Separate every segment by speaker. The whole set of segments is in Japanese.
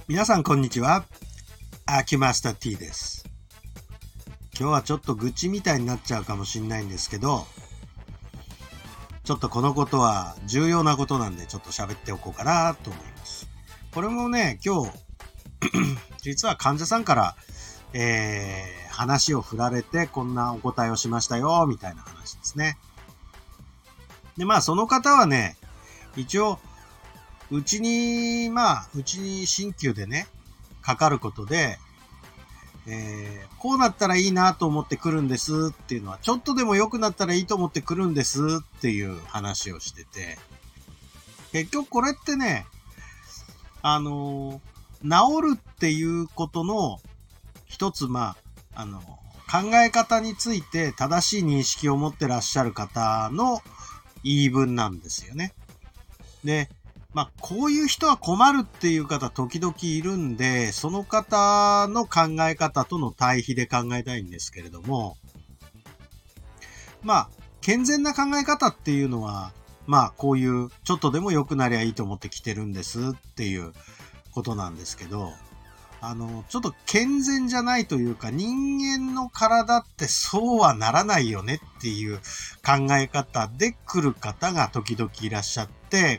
Speaker 1: 皆さんこんにちは。アキュマスター T です。今日はちょっと愚痴みたいになっちゃうかもしれないんですけど、ちょっとこのことは重要なことなんでちょっと喋っておこうかなと思います。これもね、今日実は患者さんから、話を振られてこんなお答えをしましたよみたいな話ですね。で、その方はね、一応うちに鍼灸でねかかることで、こうなったらいいなと思って来るんですっていうのは、ちょっとでも良くなったらいいと思って来るんですっていう話をしてて、結局これってね、治るっていうことの一つ、考え方について正しい認識を持ってらっしゃる方の言い分なんですよね。で、こういう人は困るっていう方時々いるんで、その方の考え方との対比で考えたいんですけれども、健全な考え方っていうのは、こういうちょっとでも良くなりゃいいと思って来てるんですっていうことなんですけど、ちょっと健全じゃないというか、人間の体ってそうはならないよねっていう考え方で来る方が時々いらっしゃって、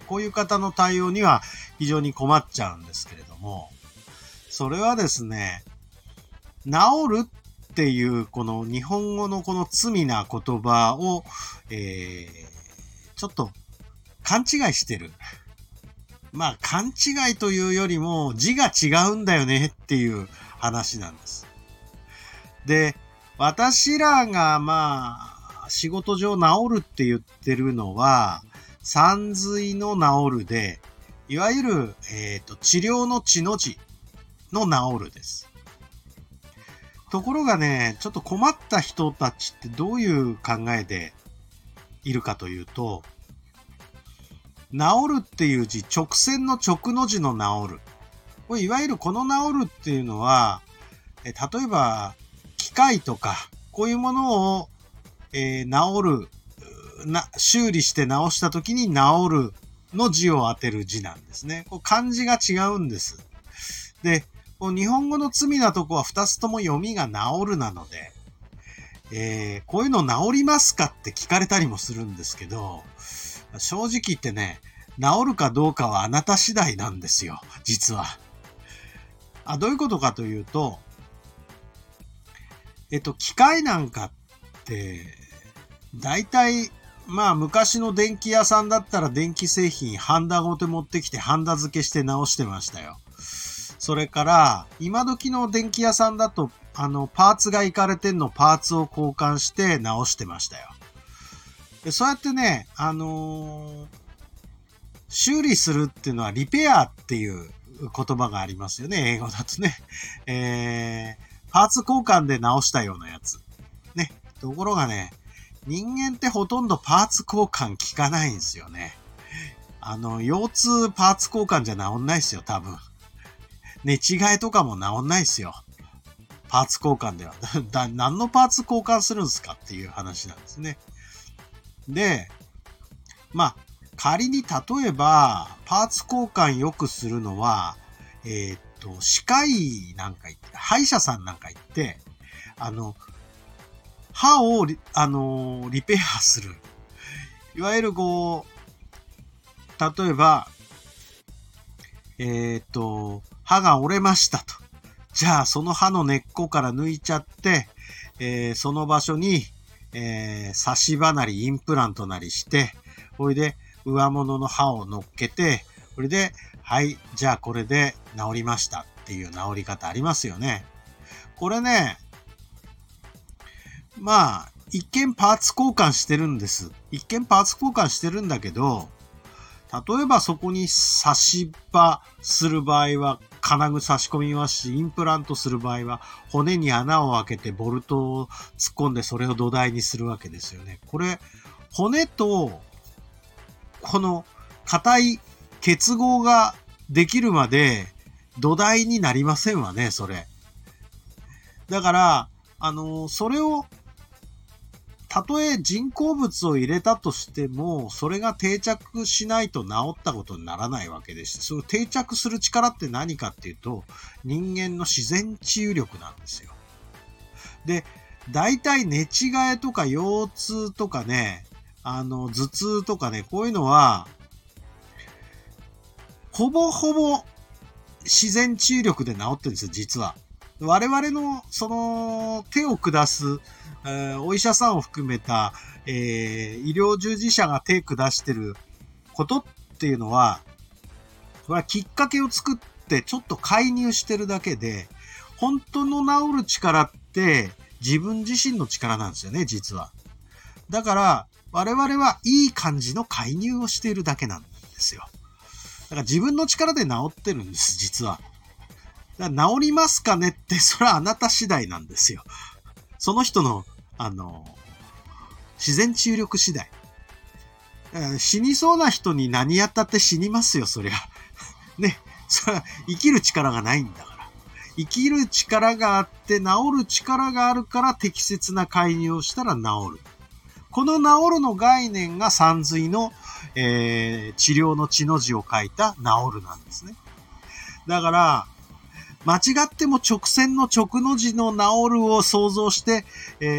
Speaker 1: こういう方の対応には非常に困っちゃうんですけれども、それはですね、治るっていうこの日本語のこの罪な言葉を、ちょっと勘違いしてる。勘違いというよりも字が違うんだよねっていう話なんです。で、私らが仕事上治るって言ってるのは、散髄の治るで、いわゆる、治療の治の字の治るです。ところがね、ちょっと困った人たちってどういう考えでいるかというと、治るっていう字、直線の直の字の治る。これいわゆるこの治るっていうのは、例えば機械とかこういうものを、治る修理して直した時に治るの字を当てる字なんですね。こう漢字が違うんです。で、こう日本語の罪なとこは2つとも読みが治るなので、こういうの治りますかって聞かれたりもするんですけど、正直言ってね、治るかどうかはあなた次第なんですよ、実は。どういうことかというと、機械なんかって、大体、昔の電気屋さんだったら電気製品ハンダごと持ってきてハンダ付けして直してましたよ。それから、今時の電気屋さんだと、パーツがいかれてんのパーツを交換して直してましたよ。でそうやってね、修理するっていうのはリペアっていう言葉がありますよね、英語だとね。パーツ交換で直したようなやつ。ね。ところがね、人間ってほとんどパーツ交換効かないんですよね。腰痛パーツ交換じゃ治んないですよ、多分。寝違えとかも治んないですよ。パーツ交換では。何のパーツ交換するんですかっていう話なんですね。で、仮に例えば、パーツ交換よくするのは、歯科医なんか行って、歯医者さんなんか行って、歯をリペアする。いわゆるこう、例えば、歯が折れましたと。じゃあ、その歯の根っこから抜いちゃって、その場所に、差し歯なりインプラントなりして、それで上物の歯を乗っけて、それで、はい、じゃあこれで治りましたっていう治り方ありますよね。これね、一見パーツ交換してるんです。一見パーツ交換してるんだけど、例えばそこに差し歯する場合は金具差し込みますし、インプラントする場合は骨に穴を開けてボルトを突っ込んでそれを土台にするわけですよね。これ、骨とこの硬い結合ができるまで土台になりませんわね、それ。だから、それをたとえ人工物を入れたとしても、それが定着しないと治ったことにならないわけでして、その定着する力って何かっていうと、人間の自然治癒力なんですよ。で、大体寝違えとか腰痛とかね、頭痛とかね、こういうのは、ほぼほぼ自然治癒力で治ってるんですよ、実は。我々の、手を下す、お医者さんを含めた、医療従事者が手下してることっていうのは、これはきっかけを作ってちょっと介入してるだけで、本当の治る力って自分自身の力なんですよね、実は。だから、我々はいい感じの介入をしているだけなんですよ。だから自分の力で治ってるんです、実は。だから治りますかねって、それはあなた次第なんですよ。その人の、自然治癒力次第。死にそうな人に何やったって死にますよ、そりゃ。ね。それは生きる力がないんだから。生きる力があって治る力があるから適切な介入をしたら治る。この治るの概念が山水の、治療の治の字を書いた治るなんですね。だから、間違っても直線の直の字の治るを想像して、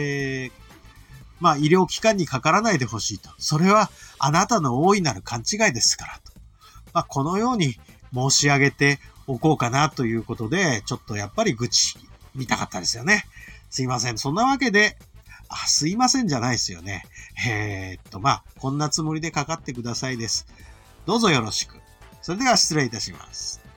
Speaker 1: 医療機関にかからないでほしいと。それはあなたの大いなる勘違いですからと。このように申し上げておこうかなということで、ちょっとやっぱり愚痴見たかったですよね。すいません。そんなわけで、すいませんじゃないですよね。こんなつもりでかかってくださいです。どうぞよろしく。それでは失礼いたします。